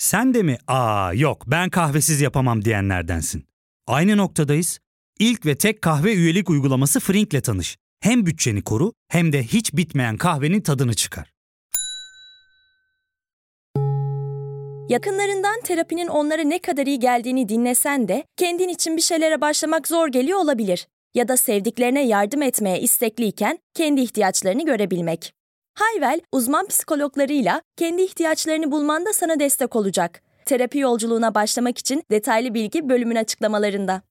Sen de mi yok ben kahvesiz yapamam diyenlerdensin? Aynı noktadayız. İlk ve tek kahve üyelik uygulaması Frink'le tanış. Hem bütçeni koru hem de hiç bitmeyen kahvenin tadını çıkar. Yakınlarından terapinin onlara ne kadar iyi geldiğini dinlesen de kendin için bir şeylere başlamak zor geliyor olabilir. Ya da sevdiklerine yardım etmeye istekliyken kendi ihtiyaçlarını görebilmek. Hayvel, uzman psikologlarıyla kendi ihtiyaçlarını bulmanda sana destek olacak. Terapi yolculuğuna başlamak için detaylı bilgi bölümün açıklamalarında.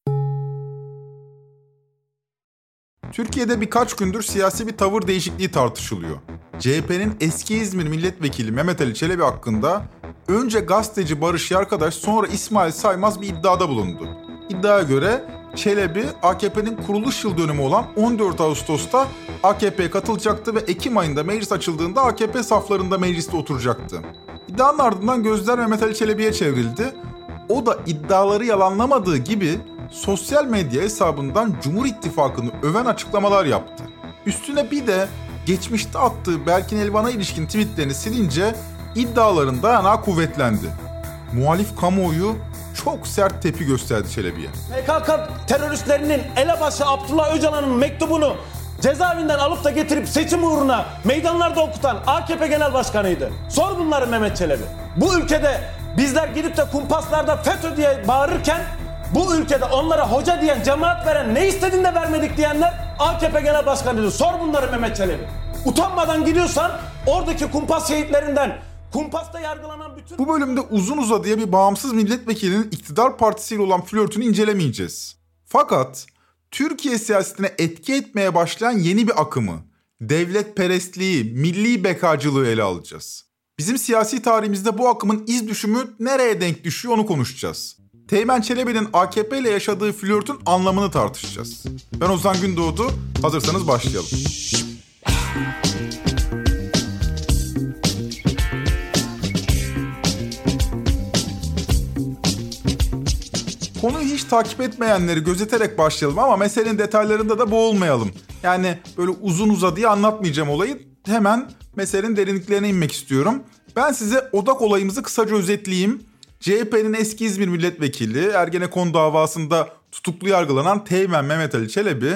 Türkiye'de birkaç gündür siyasi bir tavır değişikliği tartışılıyor. CHP'nin eski İzmir milletvekili Mehmet Ali Çelebi hakkında önce gazeteci Barış Yarkadaş sonra İsmail Saymaz bir iddiada bulundu. İddiaya göre Çelebi AKP'nin kuruluş yıl dönümü olan 14 Ağustos'ta AKP'ye katılacaktı ve Ekim ayında meclis açıldığında AKP saflarında mecliste oturacaktı. İddianın ardından gözler Mehmet Ali Çelebi'ye çevrildi. O da iddiaları yalanlamadığı gibi sosyal medya hesabından Cumhur İttifakı'nı öven açıklamalar yaptı. Üstüne bir de geçmişte attığı Berkin Elvan'a ilişkin tweetlerini silince iddiaların dayanağı kuvvetlendi. Muhalif kamuoyu çok sert tepki gösterdi Çelebi'ye. PKK teröristlerinin elebaşı Abdullah Öcalan'ın mektubunu cezaevinden alıp da getirip seçim uğruna meydanlarda okutan AKP Genel Başkanı'ydı. Sor bunları Mehmet Çelebi. Bu ülkede bizler gidip de kumpaslarda FETÖ diye bağırırken bu ülkede onlara hoca diyen, cemaat veren, ne istediğini de vermedik diyenler AKP Genel Başkanı'ydı. Sor bunları Mehmet Çelebi. Utanmadan gidiyorsan oradaki kumpas şehitlerinden, kumpasta yargılanan bütün... Bu bölümde uzun uzadıya bir bağımsız milletvekilinin iktidar partisiyle olan flörtünü incelemeyeceğiz. Fakat Türkiye siyasetine etki etmeye başlayan yeni bir akımı, devletperestliği, milli bekacılığı ele alacağız. Bizim siyasi tarihimizde bu akımın iz düşümü nereye denk düşüyor onu konuşacağız. Teğmen Çelebi'nin AKP ile yaşadığı flörtün anlamını tartışacağız. Ben Ozan Gündoğdu, hazırsanız başlayalım. Konuyu hiç takip etmeyenleri gözeterek başlayalım ama meselenin detaylarında da boğulmayalım. Yani böyle uzun uzadıya anlatmayacağım olayı. Hemen meselenin derinliklerine inmek istiyorum. Ben size odak olayımızı kısaca özetleyeyim. CHP'nin eski İzmir milletvekili Ergenekon davasında tutuklu yargılanan Teğmen Mehmet Ali Çelebi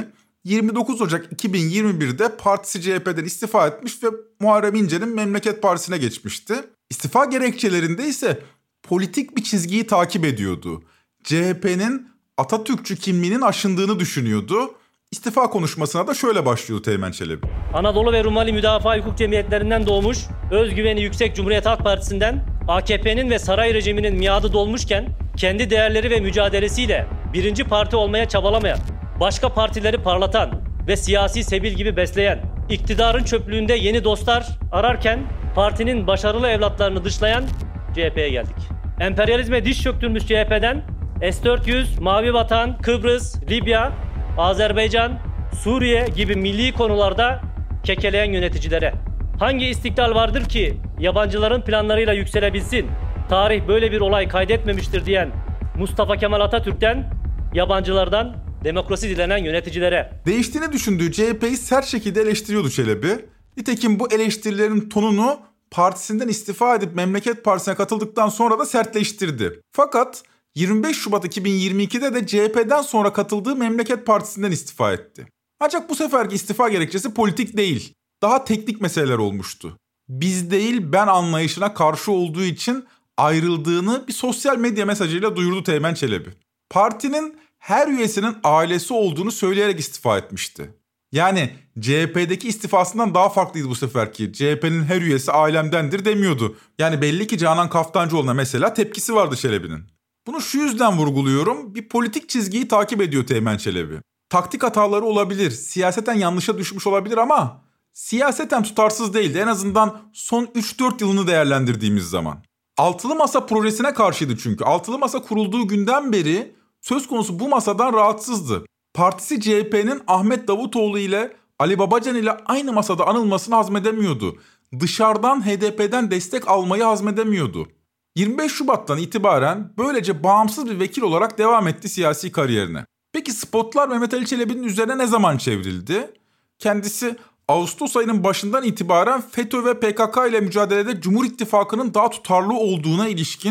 29 Ocak 2021'de partisi CHP'den istifa etmiş ve Muharrem İnce'nin Memleket Partisi'ne geçmişti. İstifa gerekçelerinde ise politik bir çizgiyi takip ediyordu. CHP'nin Atatürkçü kimliğinin aşındığını düşünüyordu. İstifa konuşmasına da şöyle başlıyordu Teğmen Çelebi. Anadolu ve Rumeli Müdafaa Hukuk Cemiyetlerinden doğmuş, özgüveni yüksek Cumhuriyet Halk Partisi'nden AKP'nin ve saray rejiminin miadı dolmuşken kendi değerleri ve mücadelesiyle birinci parti olmaya çabalamayan, başka partileri parlatan ve siyasi sebil gibi besleyen, iktidarın çöplüğünde yeni dostlar ararken partinin başarılı evlatlarını dışlayan CHP'ye geldik. Emperyalizme diş çöktürmüş CHP'den S-400, Mavi Vatan, Kıbrıs, Libya, Azerbaycan, Suriye gibi milli konularda kekeleyen yöneticilere hangi istiklal vardır ki yabancıların planlarıyla yükselebilsin? Tarih böyle bir olay kaydetmemiştir diyen Mustafa Kemal Atatürk'ten yabancılardan demokrasi dilenen yöneticilere. Değiştiğini düşündüğü CHP'yi sert şekilde eleştiriyordu Çelebi. Nitekim bu eleştirilerin tonunu partisinden istifa edip Memleket Partisi'ne katıldıktan sonra da sertleştirdi. Fakat 25 Şubat 2022'de de CHP'den sonra katıldığı Memleket Partisi'nden istifa etti. Ancak bu seferki istifa gerekçesi politik değil, daha teknik meseleler olmuştu. Biz değil ben anlayışına karşı olduğu için ayrıldığını bir sosyal medya mesajıyla duyurdu Teğmen Çelebi. Partinin her üyesinin ailesi olduğunu söyleyerek istifa etmişti. Yani CHP'deki istifasından daha farklıydı bu seferki. CHP'nin her üyesi ailemdendir demiyordu. Yani belli ki Canan Kaftancıoğlu'na mesela tepkisi vardı Çelebi'nin. Bunu şu yüzden vurguluyorum. Bir politik çizgiyi takip ediyor Teğmen Çelebi. Taktik hataları olabilir, siyaseten yanlışa düşmüş olabilir ama siyaseten tutarsız değildi. En azından son 3-4 yılını değerlendirdiğimiz zaman. Altılı Masa projesine karşıydı çünkü. Altılı Masa kurulduğu günden beri söz konusu bu masadan rahatsızdı. Partisi CHP'nin Ahmet Davutoğlu ile Ali Babacan ile aynı masada anılmasını hazmedemiyordu. Dışarıdan HDP'den destek almayı hazmedemiyordu. 25 Şubat'tan itibaren böylece bağımsız bir vekil olarak devam etti siyasi kariyerine. Peki spotlar Mehmet Ali Çelebi'nin üzerine ne zaman çevrildi? Kendisi Ağustos ayının başından itibaren FETÖ ve PKK ile mücadelede Cumhur İttifakı'nın daha tutarlı olduğuna ilişkin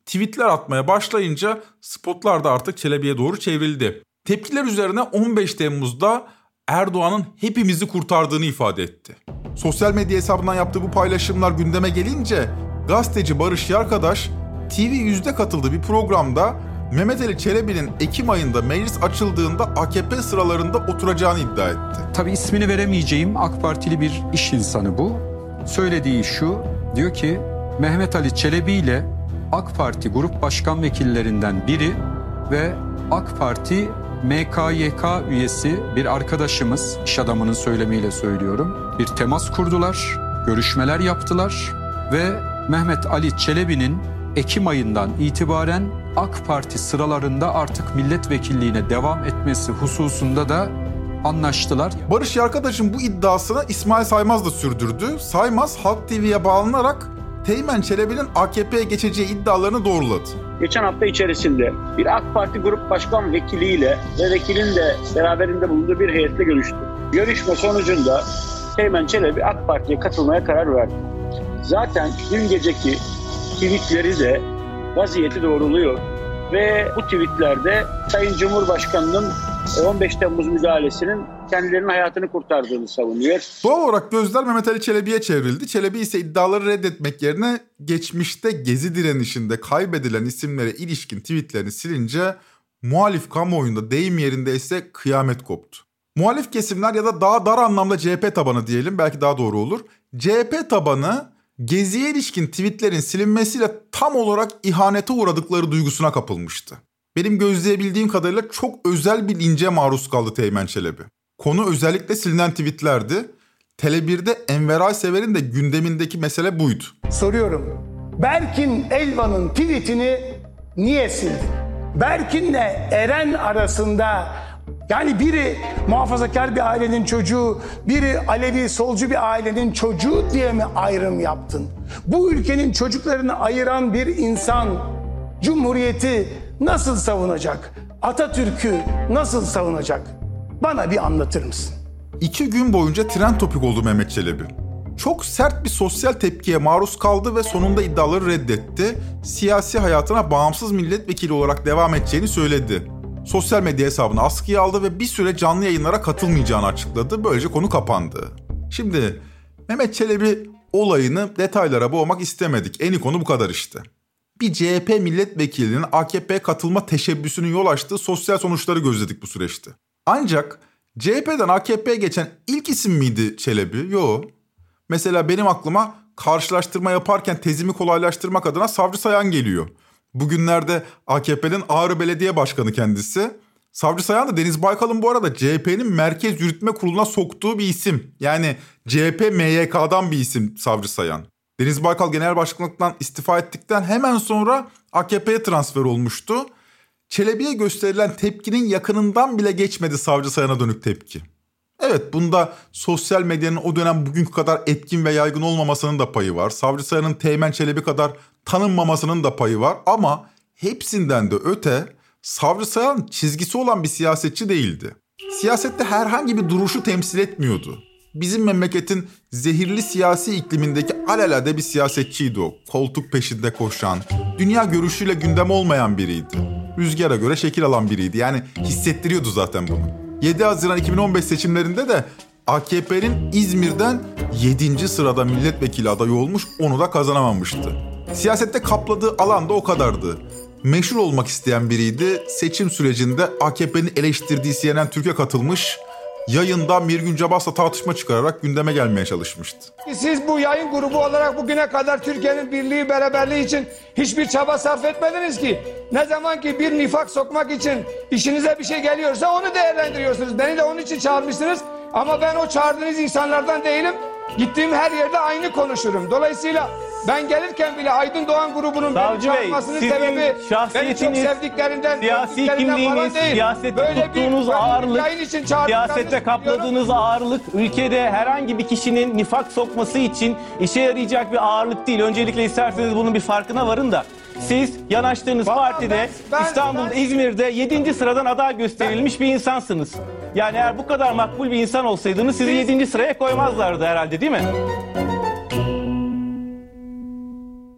tweetler atmaya başlayınca spotlar da artık Çelebi'ye doğru çevrildi. Tepkiler üzerine 15 Temmuz'da Erdoğan'ın hepimizi kurtardığını ifade etti. Sosyal medya hesabından yaptığı bu paylaşımlar gündeme gelince gazeteci Barış Yarkadaş TV100'de katıldığı bir programda Mehmet Ali Çelebi'nin Ekim ayında meclis açıldığında AKP sıralarında oturacağını iddia etti. Tabii ismini veremeyeceğim AK Partili bir iş insanı bu. Söylediği şu, diyor ki Mehmet Ali Çelebi ile AK Parti Grup Başkan Vekillerinden biri ve AK Parti MKYK üyesi bir arkadaşımız, iş adamının söylemiyle söylüyorum, bir temas kurdular, görüşmeler yaptılar ve Mehmet Ali Çelebi'nin Ekim ayından itibaren AK Parti sıralarında artık milletvekilliğine devam etmesi hususunda da anlaştılar. Barış Yarkadaş'ın bu iddiasını İsmail Saymaz da sürdürdü. Saymaz Halk TV'ye bağlanarak Teğmen Çelebi'nin AKP'ye geçeceği iddialarını doğruladı. Geçen hafta içerisinde bir AK Parti Grup Başkan Vekiliyle ve vekilin de beraberinde bulunduğu bir heyetle görüştü. Görüşme sonucunda Teğmen Çelebi AK Parti'ye katılmaya karar verdi. Zaten dün geceki tweetleri de vaziyeti doğruluyor ve bu tweetlerde Sayın Cumhurbaşkanı'nın 15 Temmuz müdahalesinin kendilerinin hayatını kurtardığını savunuyor. Doğal olarak gözler Mehmet Ali Çelebi'ye çevrildi. Çelebi ise iddiaları reddetmek yerine geçmişte Gezi direnişinde kaybedilen isimlere ilişkin tweetlerini silince muhalif kamuoyunda deyim yerindeyse kıyamet koptu. Muhalif kesimler ya da daha dar anlamda CHP tabanı diyelim, belki daha doğru olur. CHP tabanı Gezi'ye ilişkin tweetlerin silinmesiyle tam olarak ihanete uğradıkları duygusuna kapılmıştı. Benim gözleyebildiğim kadarıyla çok özel bir lince maruz kaldı Teğmen Çelebi. Konu özellikle silinen tweetlerdi. Tele1'de Enver Aysever'in de gündemindeki mesele buydu. Soruyorum, Berkin Elvan'ın tweetini niye sildin? Berkin'le Eren arasında, yani biri muhafazakar bir ailenin çocuğu, biri Alevi solcu bir ailenin çocuğu diye mi ayrım yaptın? Bu ülkenin çocuklarını ayıran bir insan Cumhuriyeti nasıl savunacak? Atatürk'ü nasıl savunacak? Bana bir anlatır mısın? 2 gün boyunca trend topik oldu Mehmet Çelebi. Çok sert bir sosyal tepkiye maruz kaldı ve sonunda iddiaları reddetti. Siyasi hayatına bağımsız milletvekili olarak devam edeceğini söyledi. Sosyal medya hesabını askıya aldı ve bir süre canlı yayınlara katılmayacağını açıkladı. Böylece konu kapandı. Şimdi Mehmet Çelebi olayını detaylara boğmak istemedik. En iyi konu bu kadar işte. Bir CHP milletvekilinin AKP'ye katılma teşebbüsünün yol açtığı sosyal sonuçları gözledik bu süreçte. Ancak CHP'den AKP'ye geçen ilk isim miydi Çelebi? Yok. Mesela benim aklıma karşılaştırma yaparken tezimi kolaylaştırmak adına Savcı Sayan geliyor. Bugünlerde AKP'nin Ağrı Belediye Başkanı kendisi. Savcı Sayan da Deniz Baykal'ın bu arada CHP'nin Merkez Yürütme Kurulu'na soktuğu bir isim. Yani CHP MYK'dan bir isim Savcı Sayan. Deniz Baykal genel başkanlıktan istifa ettikten hemen sonra AKP'ye transfer olmuştu. Çelebi'ye gösterilen tepkinin yakınından bile geçmedi Savcı Sayan'a dönük tepki. Evet, bunda sosyal medyanın o dönem bugünkü kadar etkin ve yaygın olmamasının da payı var. Savcı Sayan'ın Teğmen Çelebi kadar tanınmamasının da payı var. Ama hepsinden de öte Savcı Sayan çizgisi olan bir siyasetçi değildi. Siyasette herhangi bir duruşu temsil etmiyordu. Bizim memleketin zehirli siyasi iklimindeki alelade bir siyasetçiydi o. Koltuk peşinde koşan, dünya görüşüyle gündem olmayan biriydi. Rüzgara göre şekil alan biriydi. Yani hissettiriyordu zaten bunu. 7 Haziran 2015 seçimlerinde de AKP'nin İzmir'den 7. sırada milletvekili adayı olmuş, onu da kazanamamıştı. Siyasette kapladığı alan da o kadardı. Meşhur olmak isteyen biriydi. Seçim sürecinde AKP'nin eleştirdiği CNN Türk'e katılmış, yayında Mirgün Cabas'la tartışma çıkararak gündeme gelmeye çalışmıştı. Siz bu yayın grubu olarak bugüne kadar Türkiye'nin birliği, beraberliği için hiçbir çaba sarf etmediniz ki. Ne zaman ki bir nifak sokmak için işinize bir şey geliyorsa onu değerlendiriyorsunuz. Beni de onun için çağırmışsınız ama ben o çağırdığınız insanlardan değilim. Gittiğim her yerde aynı konuşurum. Dolayısıyla ben gelirken bile Aydın Doğan grubunun beni çağırmasının sebebi beni çok sevdiklerinden, siyasi kimliğiniz, siyasette tuttuğunuz ağırlık, siyasette kapladığınız ağırlık ülkede herhangi bir kişinin nifak sokması için işe yarayacak bir ağırlık değil. Öncelikle isterseniz bunun bir farkına varın da. Siz yanaştığınız partide İstanbul, İzmir'de 7. sıradan aday gösterilmiş bir insansınız. Yani eğer bu kadar makbul bir insan olsaydınız sizi 7. sıraya koymazlardı herhalde, değil mi?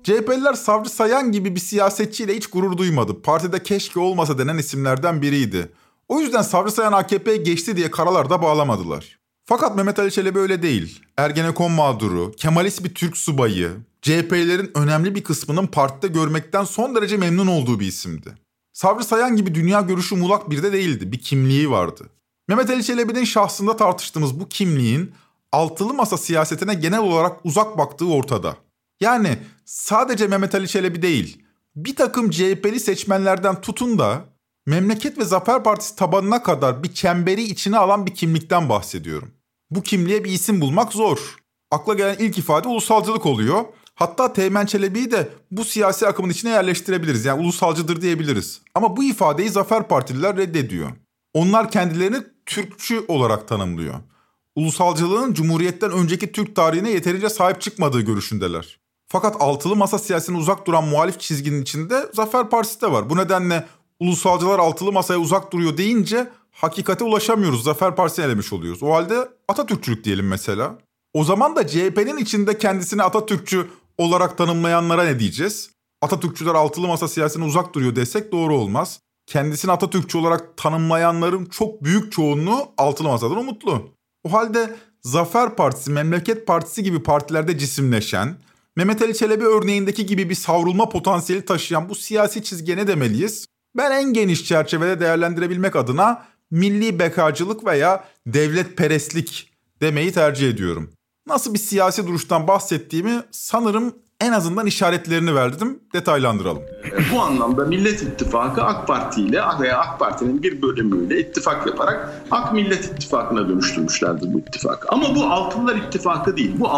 CHP'liler Sabri Sayan gibi bir siyasetçiyle hiç gurur duymadı. Partide keşke olmasa denen isimlerden biriydi. O yüzden Sabri Sayan AKP'ye geçti diye karalarda bağlamadılar. Fakat Mehmet Ali Çelebi öyle değil. Ergenekon mağduru, Kemalist bir Türk subayı, CHP'lilerin önemli bir kısmının partide görmekten son derece memnun olduğu bir isimdi. Sabri Sayan gibi dünya görüşü muğlak bir de değildi, bir kimliği vardı. Mehmet Ali Çelebi'nin şahsında tartıştığımız bu kimliğin altılı masa siyasetine genel olarak uzak baktığı ortada. Yani sadece Mehmet Ali Çelebi değil, bir takım CHP'li seçmenlerden tutun da Memleket ve Zafer Partisi tabanına kadar bir çemberi içine alan bir kimlikten bahsediyorum. Bu kimliğe bir isim bulmak zor. Akla gelen ilk ifade ulusalcılık oluyor. Hatta Teğmen Çelebi'yi de bu siyasi akımın içine yerleştirebiliriz. Yani ulusalcıdır diyebiliriz. Ama bu ifadeyi Zafer Partililer reddediyor. Onlar kendilerini Türkçü olarak tanımlıyor. Ulusalcılığın Cumhuriyet'ten önceki Türk tarihine yeterince sahip çıkmadığı görüşündeler. Fakat altılı masa siyasetine uzak duran muhalif çizginin içinde Zafer Partisi de var. Bu nedenle ulusalcılar altılı masaya uzak duruyor deyince hakikate ulaşamıyoruz. Zafer Partisi'ni elemiş oluyoruz. O halde Atatürkçülük diyelim mesela. O zaman da CHP'nin içinde kendisini Atatürkçü olarak tanımlayanlara ne diyeceğiz? Atatürkçüler altılı masa siyasetine uzak duruyor desek doğru olmaz. Kendisini Atatürkçü olarak tanımlayanların çok büyük çoğunluğu altılı masadan umutlu. O halde Zafer Partisi, Memleket Partisi gibi partilerde cisimleşen, Mehmet Ali Çelebi örneğindeki gibi bir savrulma potansiyeli taşıyan bu siyasi çizgiye ne demeliyiz? Ben en geniş çerçevede değerlendirebilmek adına milli bekacılık veya devletperestlik demeyi tercih ediyorum. Nasıl bir siyasi duruştan bahsettiğimi sanırım en azından işaretlerini verdim. Detaylandıralım. Bu anlamda Millet İttifakı AK Parti ile veya AK Parti'nin bir bölümüyle ittifak yaparak AK Millet İttifakı'na dönüştürmüşlerdir bu ittifakı. Ama bu Altılılar İttifakı değil. Bu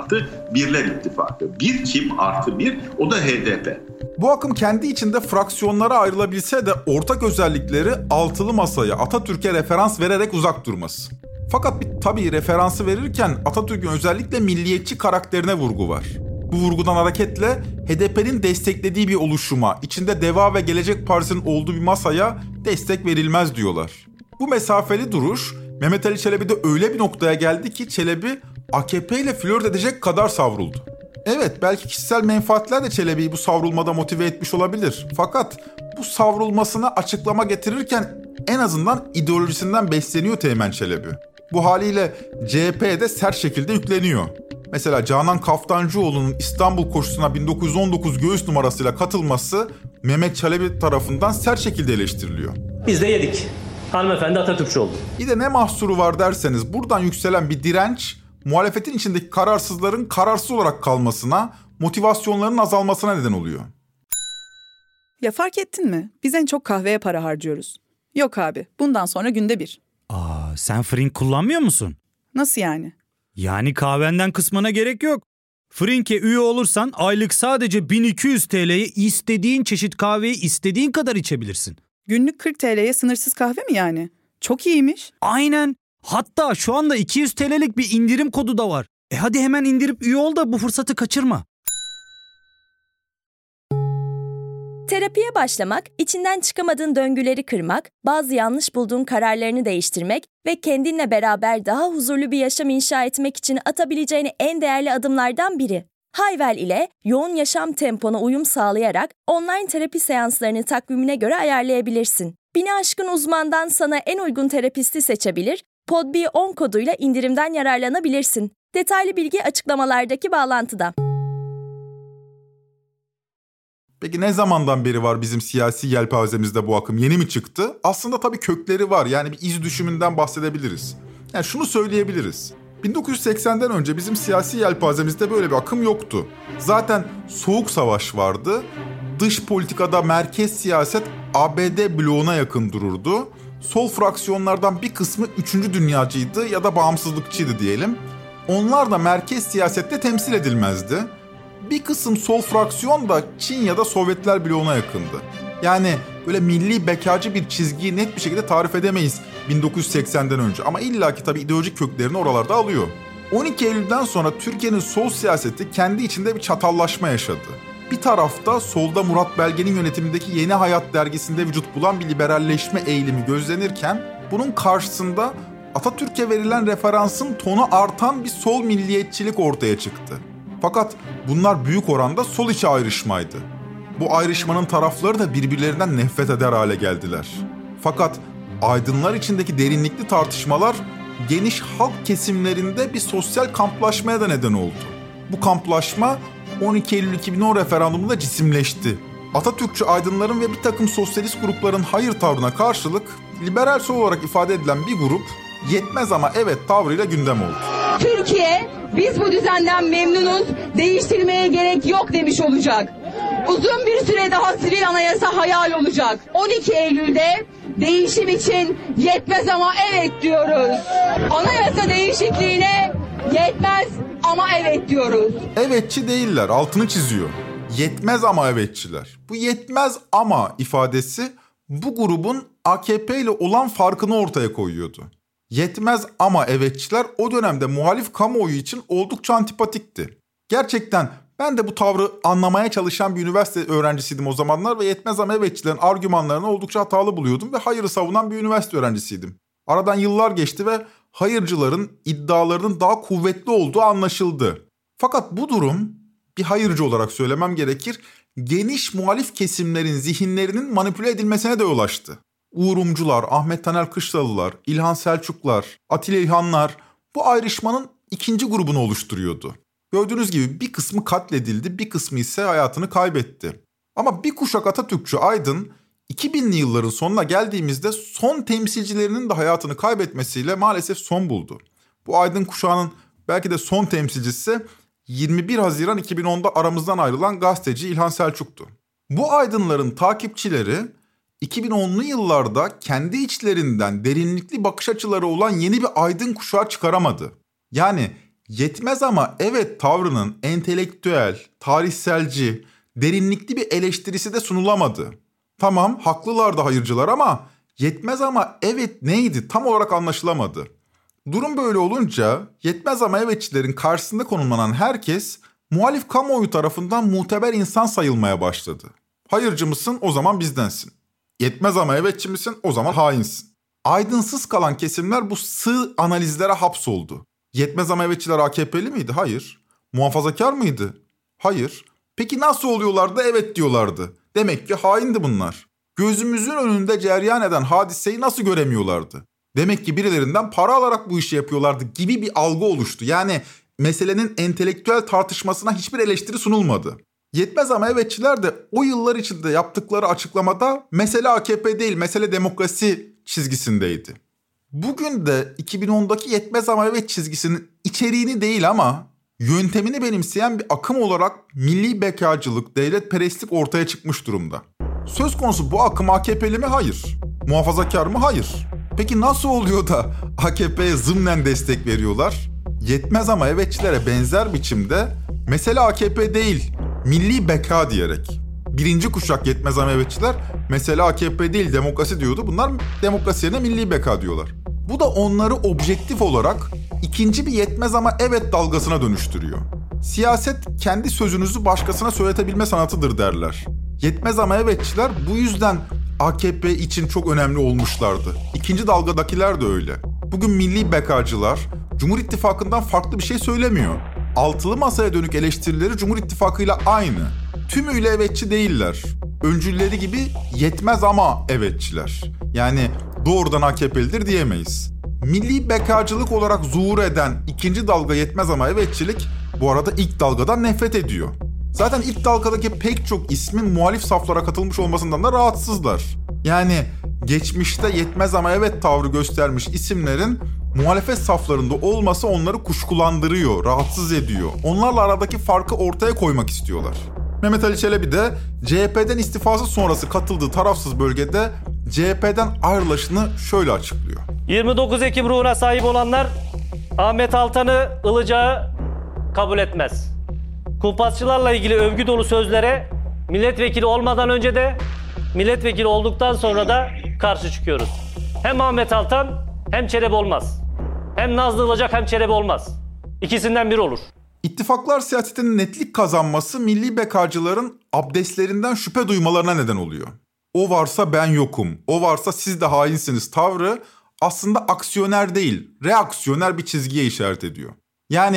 6+1'ler ittifakı. Bir kim artı bir, o da HDP. Bu akım kendi içinde fraksiyonlara ayrılabilse de ortak özellikleri altılı masaya, Atatürk'e referans vererek uzak durması. Fakat tabii referansı verirken Atatürk'ün özellikle milliyetçi karakterine vurgu var. Bu vurgudan hareketle HDP'nin desteklediği bir oluşuma, içinde Deva ve Gelecek Partisi'nin olduğu bir masaya destek verilmez diyorlar. Bu mesafeli duruş Mehmet Ali Çelebi'de öyle bir noktaya geldi ki Çelebi AKP ile flört edecek kadar savruldu. Evet, belki kişisel menfaatler de Çelebi'yi bu savrulmada motive etmiş olabilir. Fakat bu savrulmasına açıklama getirirken en azından ideolojisinden besleniyor Teğmen Çelebi. Bu haliyle CHP'ye de sert şekilde yükleniyor. Mesela Canan Kaftancıoğlu'nun İstanbul koşusuna 1919 göğüs numarasıyla katılması Mehmet Çelebi tarafından sert şekilde eleştiriliyor. Biz de yedik. Hanımefendi Atatürkçü oldu. Bir de ne mahsuru var derseniz buradan yükselen bir direnç muhalefetin içindeki kararsızların kararsız olarak kalmasına, motivasyonlarının azalmasına neden oluyor. Ya fark ettin mi? Biz en çok kahveye para harcıyoruz. Yok abi, bundan sonra günde bir. Sen Frink kullanmıyor musun? Nasıl yani? Yani kahvenden kısmına gerek yok. Frink'e üye olursan aylık sadece 1200 TL'ye istediğin çeşit kahveyi istediğin kadar içebilirsin. Günlük 40 TL'ye sınırsız kahve mi yani? Çok iyiymiş. Aynen. Hatta şu anda 200 TL'lik bir indirim kodu da var. Hadi hemen indirip üye ol da bu fırsatı kaçırma. Terapiye başlamak, içinden çıkamadığın döngüleri kırmak, bazı yanlış bulduğun kararlarını değiştirmek ve kendinle beraber daha huzurlu bir yaşam inşa etmek için atabileceğin en değerli adımlardan biri. Hayvel ile yoğun yaşam tempona uyum sağlayarak online terapi seanslarını takvimine göre ayarlayabilirsin. 1000'i aşkın uzmandan sana en uygun terapisti seçebilir, PODBI10 koduyla indirimden yararlanabilirsin. Detaylı bilgi açıklamalardaki bağlantıda. Peki ne zamandan beri var bizim siyasi yelpazemizde bu akım? Yeni mi çıktı? Aslında tabii kökleri var. Yani bir iz düşümünden bahsedebiliriz. Yani şunu söyleyebiliriz. 1980'den önce bizim siyasi yelpazemizde böyle bir akım yoktu. Zaten Soğuk Savaş vardı. Dış politikada merkez siyaset ABD bloğuna yakın dururdu. Sol fraksiyonlardan bir kısmı 3. dünyacıydı ya da bağımsızlıkçıydı diyelim. Onlar da merkez siyasette temsil edilmezdi. Bir kısım sol fraksiyon da Çin ya da Sovyetler bloğuna yakındı. Yani böyle milli bekacı bir çizgiyi net bir şekilde tarif edemeyiz 1980'den önce. Ama illaki tabii ideolojik köklerini oralarda alıyor. 12 Eylül'den sonra Türkiye'nin sol siyaseti kendi içinde bir çatallaşma yaşadı. Bir tarafta solda Murat Belge'nin yönetimindeki Yeni Hayat dergisinde vücut bulan bir liberalleşme eğilimi gözlenirken bunun karşısında Atatürk'e verilen referansın tonu artan bir sol milliyetçilik ortaya çıktı. Fakat bunlar büyük oranda sol içi ayrışmaydı. Bu ayrışmanın tarafları da birbirlerinden nefret eder hale geldiler. Fakat aydınlar içindeki derinlikli tartışmalar geniş halk kesimlerinde bir sosyal kamplaşmaya da neden oldu. Bu kamplaşma 12 Eylül 2010 referandumunda cisimleşti. Atatürkçü aydınların ve bir takım sosyalist grupların hayır tavrına karşılık liberal sol olarak ifade edilen bir grup yetmez ama evet tavrıyla gündem oldu. Türkiye, biz bu düzenden memnunuz, değiştirmeye gerek yok demiş olacak. Uzun bir süre daha sivil anayasa hayal olacak. 12 Eylül'de değişim için yetmez ama evet diyoruz. Anayasa değişikliğine yetmez ama evet diyoruz. Evetçi değiller, altını çiziyor. Yetmez ama evetçiler. Bu yetmez ama ifadesi bu grubun AKP ile olan farkını ortaya koyuyordu. Yetmez ama evetçiler o dönemde muhalif kamuoyu için oldukça antipatikti. Gerçekten ben de bu tavrı anlamaya çalışan bir üniversite öğrencisiydim o zamanlar ve yetmez ama evetçilerin argümanlarını oldukça hatalı buluyordum ve hayırı savunan bir üniversite öğrencisiydim. Aradan yıllar geçti ve hayırcıların iddialarının daha kuvvetli olduğu anlaşıldı. Fakat bu durum, bir hayırcı olarak söylemem gerekir, geniş muhalif kesimlerin zihinlerinin manipüle edilmesine de yol açtı. Uğurumcular, Ahmet Taner Kışlalılar, İlhan Selçuklar, Atilla İlhanlar bu ayrışmanın ikinci grubunu oluşturuyordu. Gördüğünüz gibi bir kısmı katledildi, bir kısmı ise hayatını kaybetti. Ama bir kuşak Atatürkçü aydın 2000'li yılların sonuna geldiğimizde son temsilcilerinin de hayatını kaybetmesiyle maalesef son buldu. Bu aydın kuşağının belki de son temsilcisi 21 Haziran 2010'da aramızdan ayrılan gazeteci İlhan Selçuk'tu. Bu aydınların takipçileri 2010'lu yıllarda kendi içlerinden derinlikli bakış açıları olan yeni bir aydın kuşağı çıkaramadı. Yani yetmez ama evet tavrının entelektüel, tarihselci, derinlikli bir eleştirisi de sunulamadı. Tamam, haklılar da hayırcılar ama yetmez ama evet neydi tam olarak anlaşılamadı. Durum böyle olunca yetmez ama evetçilerin karşısında konumlanan herkes muhalif kamuoyu tarafından muteber insan sayılmaya başladı. Hayırcı mısın? O zaman bizdensin. Yetmez ama evetçi misin? O zaman hainsin. Aydınsız kalan kesimler bu sığ analizlere hapsoldu. Yetmez ama evetçiler AKP'li miydi? Hayır. Muhafazakar mıydı? Hayır. Peki nasıl oluyorlardı? Evet diyorlardı. Demek ki haindi bunlar. Gözümüzün önünde cereyan eden hadiseyi nasıl göremiyorlardı? Demek ki birilerinden para alarak bu işi yapıyorlardı gibi bir algı oluştu. Yani meselenin entelektüel tartışmasına hiçbir eleştiri sunulmadı. Yetmez ama evetçiler de o yıllar içinde yaptıkları açıklamada mesele AKP değil, mesele demokrasi çizgisindeydi. Bugün de 2010'daki yetmez ama evet çizgisinin içeriğini değil ama yöntemini benimseyen bir akım olarak milli bekacılık, devletperestlik ortaya çıkmış durumda. Söz konusu bu akım AKP'li mi? Hayır. Muhafazakar mı? Hayır. Peki nasıl oluyor da AKP'ye zımnen destek veriyorlar? Yetmez ama evetçilere benzer biçimde mesele AKP değil, milli beka diyerek. Birinci kuşak yetmez ama evetçiler mesele AKP değil demokrasi diyordu. Bunlar demokrasi yerine milli beka diyorlar. Bu da onları objektif olarak ikinci bir yetmez ama evet dalgasına dönüştürüyor. Siyaset kendi sözünüzü başkasına söyletebilme sanatıdır derler. Yetmez ama evetçiler bu yüzden AKP için çok önemli olmuşlardı. İkinci dalgadakiler de öyle. Bugün milli bekacılar Cumhur İttifakı'ndan farklı bir şey söylemiyor. Altılı masaya dönük eleştirileri Cumhur İttifakı'yla aynı. Tümüyle evetçi değiller. Öncülleri gibi yetmez ama evetçiler. Yani doğrudan AKP'lidir diyemeyiz. Milli bekacılık olarak zuhur eden ikinci dalga yetmez ama evetçilik bu arada ilk dalgadan nefret ediyor. Zaten ilk dalgadaki pek çok ismin muhalif saflara katılmış olmasından da rahatsızlar. Yani geçmişte yetmez ama evet tavrı göstermiş isimlerin muhalefet saflarında olması onları kuşkulandırıyor, rahatsız ediyor. Onlarla aradaki farkı ortaya koymak istiyorlar. Mehmet Ali Çelebi de CHP'den istifası sonrası katıldığı tarafsız bölgede CHP'den ayrılışını şöyle açıklıyor. 29 Ekim ruhuna sahip olanlar Ahmet Altan'ı Ilıcağı kabul etmez. Kumpasçılarla ilgili övgü dolu sözlere milletvekili olmadan önce de milletvekili olduktan sonra da karşı çıkıyoruz. Hem Ahmet Altan hem Çelebi olmaz. Hem Nazlı Ilıcak hem Çelebi olmaz. İkisinden biri olur. İttifaklar siyasetinin netlik kazanması milli bekacıların abdestlerinden şüphe duymalarına neden oluyor. O varsa ben yokum, o varsa siz de hainsiniz tavrı aslında aksiyoner değil, reaksiyoner bir çizgiye işaret ediyor. Yani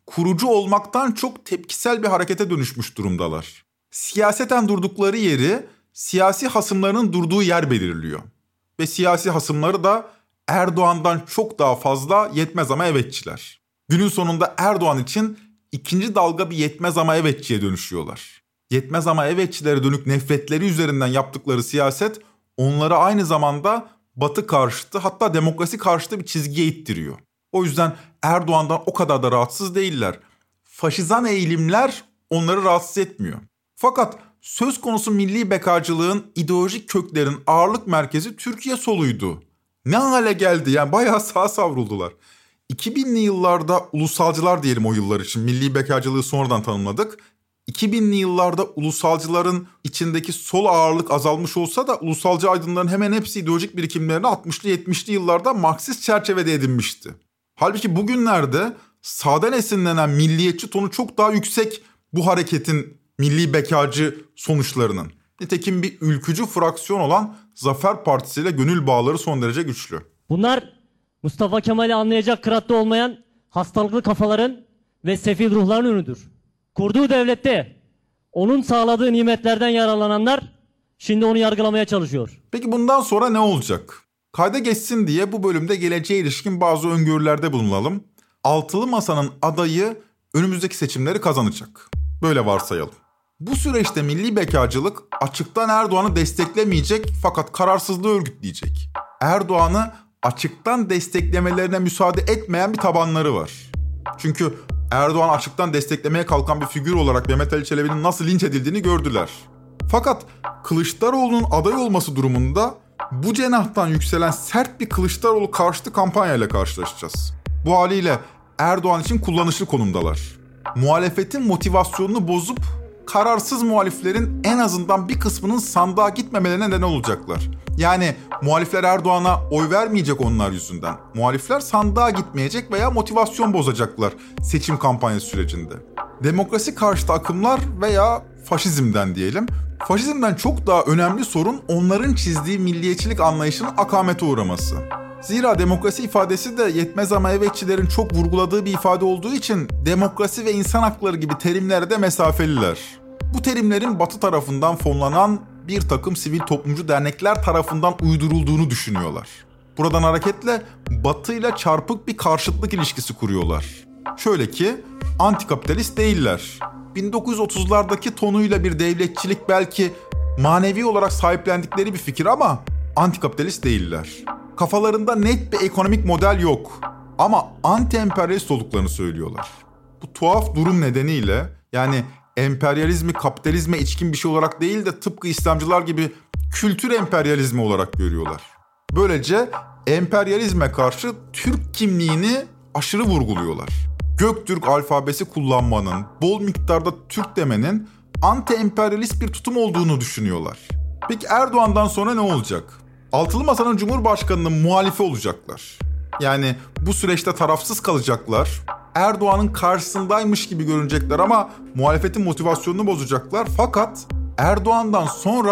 kurucu olmaktan çok tepkisel bir harekete dönüşmüş durumdalar. Siyaseten durdukları yeri siyasi hasımlarının durduğu yer belirliyor. Ve siyasi hasımları da Erdoğan'dan çok daha fazla yetmez ama evetçiler. Günün sonunda Erdoğan için ikinci dalga bir yetmez ama evetçiye dönüşüyorlar. Yetmez ama evetçilere dönük nefretleri üzerinden yaptıkları siyaset onları aynı zamanda Batı karşıtı, hatta demokrasi karşıtı bir çizgiye ittiriyor. O yüzden Erdoğan'dan o kadar da rahatsız değiller. Faşizan eğilimler onları rahatsız etmiyor. Fakat söz konusu milli bekacılığın ideolojik köklerin ağırlık merkezi Türkiye soluydu. Ne hale geldi, yani bayağı sağa savruldular. 2000'li yıllarda ulusalcılar diyelim o yıllar için, milli bekacılığı sonradan tanımladık. 2000'li yıllarda ulusalcıların içindeki sol ağırlık azalmış olsa da ulusalcı aydınların hemen hepsi ideolojik birikimlerini 60'lı 70'li yıllarda Marksist çerçevede edinmişti. Halbuki bugünlerde sağdan esinlenen milliyetçi tonu çok daha yüksek bu hareketin milli bekacı sonuçlarının. Nitekim bir ülkücü fraksiyon olan Zafer Partisi ile gönül bağları son derece güçlü. Bunlar Mustafa Kemal'i anlayacak kıratta olmayan hastalıklı kafaların ve sefil ruhların ürünüdür. Kurduğu devlette onun sağladığı nimetlerden yararlananlar şimdi onu yargılamaya çalışıyor. Peki bundan sonra ne olacak? Kayda geçsin diye bu bölümde geleceğe ilişkin bazı öngörülerde bulunalım. Altılı Masa'nın adayı önümüzdeki seçimleri kazanacak. Böyle varsayalım. Bu süreçte milli bekacılık açıktan Erdoğan'ı desteklemeyecek fakat kararsızlığı örgütleyecek. Erdoğan'ı açıktan desteklemelerine müsaade etmeyen bir tabanları var. Çünkü Erdoğan açıktan desteklemeye kalkan bir figür olarak Mehmet Ali Çelebi'nin nasıl linç edildiğini gördüler. Fakat Kılıçdaroğlu'nun aday olması durumunda bu cenahtan yükselen sert bir Kılıçdaroğlu karşıtı kampanyayla karşılaşacağız. Bu haliyle Erdoğan için kullanışlı konumdalar. Muhalefetin motivasyonunu bozup kararsız muhaliflerin en azından bir kısmının sandığa gitmemelerine neden olacaklar. Yani muhalifler Erdoğan'a oy vermeyecek onlar yüzünden. Muhalifler sandığa gitmeyecek veya motivasyon bozacaklar seçim kampanyası sürecinde. Demokrasi karşıtı akımlar veya faşizmden diyelim. Faşizmden çok daha önemli sorun onların çizdiği milliyetçilik anlayışının akamete uğraması. Zira demokrasi ifadesi de yetmez ama evetçilerin çok vurguladığı bir ifade olduğu için demokrasi ve insan hakları gibi terimlere de mesafeliler. Bu terimlerin Batı tarafından fonlanan bir takım sivil toplumcu dernekler tarafından uydurulduğunu düşünüyorlar. Buradan hareketle Batı ile çarpık bir karşıtlık ilişkisi kuruyorlar. Şöyle ki antikapitalist değiller. 1930'lardaki tonuyla bir devletçilik belki manevi olarak sahiplendikleri bir fikir ama antikapitalist değiller. Kafalarında net bir ekonomik model yok ama anti-emperyalist olduklarını söylüyorlar. Bu tuhaf durum nedeniyle, yani emperyalizmi kapitalizme içkin bir şey olarak değil de tıpkı İslamcılar gibi kültür emperyalizmi olarak görüyorlar. Böylece emperyalizme karşı Türk kimliğini aşırı vurguluyorlar. Göktürk alfabesi kullanmanın, bol miktarda Türk demenin anti-emperyalist bir tutum olduğunu düşünüyorlar. Peki Erdoğan'dan sonra ne olacak? Altılı Masa'nın Cumhurbaşkanı'nın muhalifi olacaklar. Yani bu süreçte tarafsız kalacaklar. Erdoğan'ın karşısındaymış gibi görünecekler ama muhalefetin motivasyonunu bozacaklar. Fakat Erdoğan'dan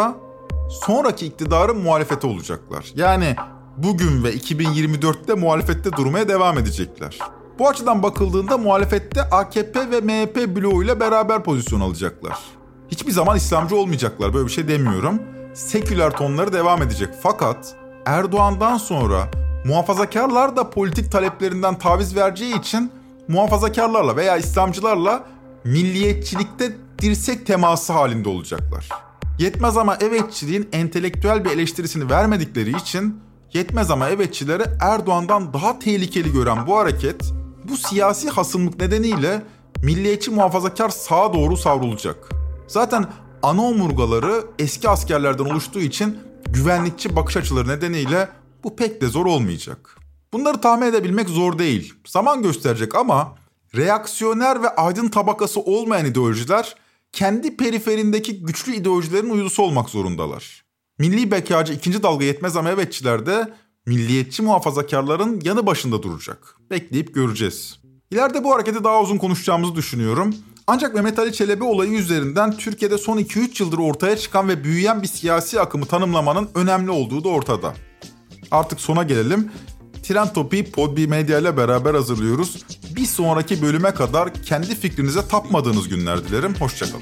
sonraki iktidarın muhalefeti olacaklar. Yani bugün ve 2024'te muhalefette durmaya devam edecekler. Bu açıdan bakıldığında muhalefette AKP ve MHP bloğuyla beraber pozisyon alacaklar. Hiçbir zaman İslamcı olmayacaklar, böyle bir şey demiyorum. Seküler tonları devam edecek. Fakat Erdoğan'dan sonra muhafazakarlar da politik taleplerinden taviz vereceği için muhafazakarlarla veya İslamcılarla milliyetçilikte dirsek teması halinde olacaklar. Yetmez ama evetçiliğin entelektüel bir eleştirisini vermedikleri için yetmez ama evetçileri Erdoğan'dan daha tehlikeli gören bu hareket, bu siyasi hasımlık nedeniyle milliyetçi muhafazakar sağa doğru savrulacak. Zaten ana omurgaları eski askerlerden oluştuğu için güvenlikçi bakış açıları nedeniyle bu pek de zor olmayacak. Bunları tahmin edebilmek zor değil. Zaman gösterecek ama reaksiyoner ve aydın tabakası olmayan ideolojiler kendi periferindeki güçlü ideolojilerin uydusu olmak zorundalar. Milli bekacı ikinci dalga yetmez ama evetçiler de milliyetçi muhafazakarların yanı başında duracak. Bekleyip göreceğiz. İleride bu hareketi daha uzun konuşacağımızı düşünüyorum. Ancak Mehmet Ali Çelebi olayı üzerinden Türkiye'de son 2-3 yıldır ortaya çıkan ve büyüyen bir siyasi akımı tanımlamanın önemli olduğu da ortada. Artık sona gelelim. Trend Topi'yi Podbi Medya ile beraber hazırlıyoruz. Bir sonraki bölüme kadar kendi fikrinize tapmadığınız günler dilerim. Hoşçakalın.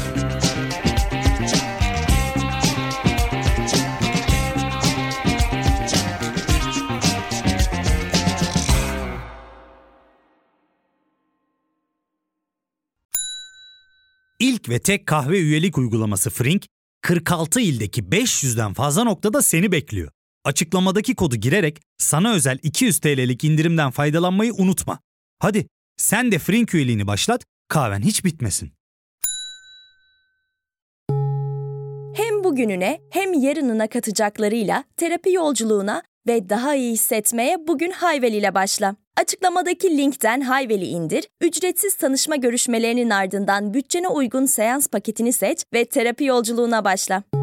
İlk ve tek kahve üyelik uygulaması Frink, 46 ildeki 500'den fazla noktada seni bekliyor. Açıklamadaki kodu girerek sana özel 200 TL'lik indirimden faydalanmayı unutma. Hadi sen de Frink üyeliğini başlat, kahven hiç bitmesin. Hem bugününe hem yarınına katacaklarıyla terapi yolculuğuna ve daha iyi hissetmeye bugün Hayvel ile başla. Açıklamadaki linkten Hayvel'i indir, ücretsiz tanışma görüşmelerinin ardından bütçene uygun seans paketini seç ve terapi yolculuğuna başla.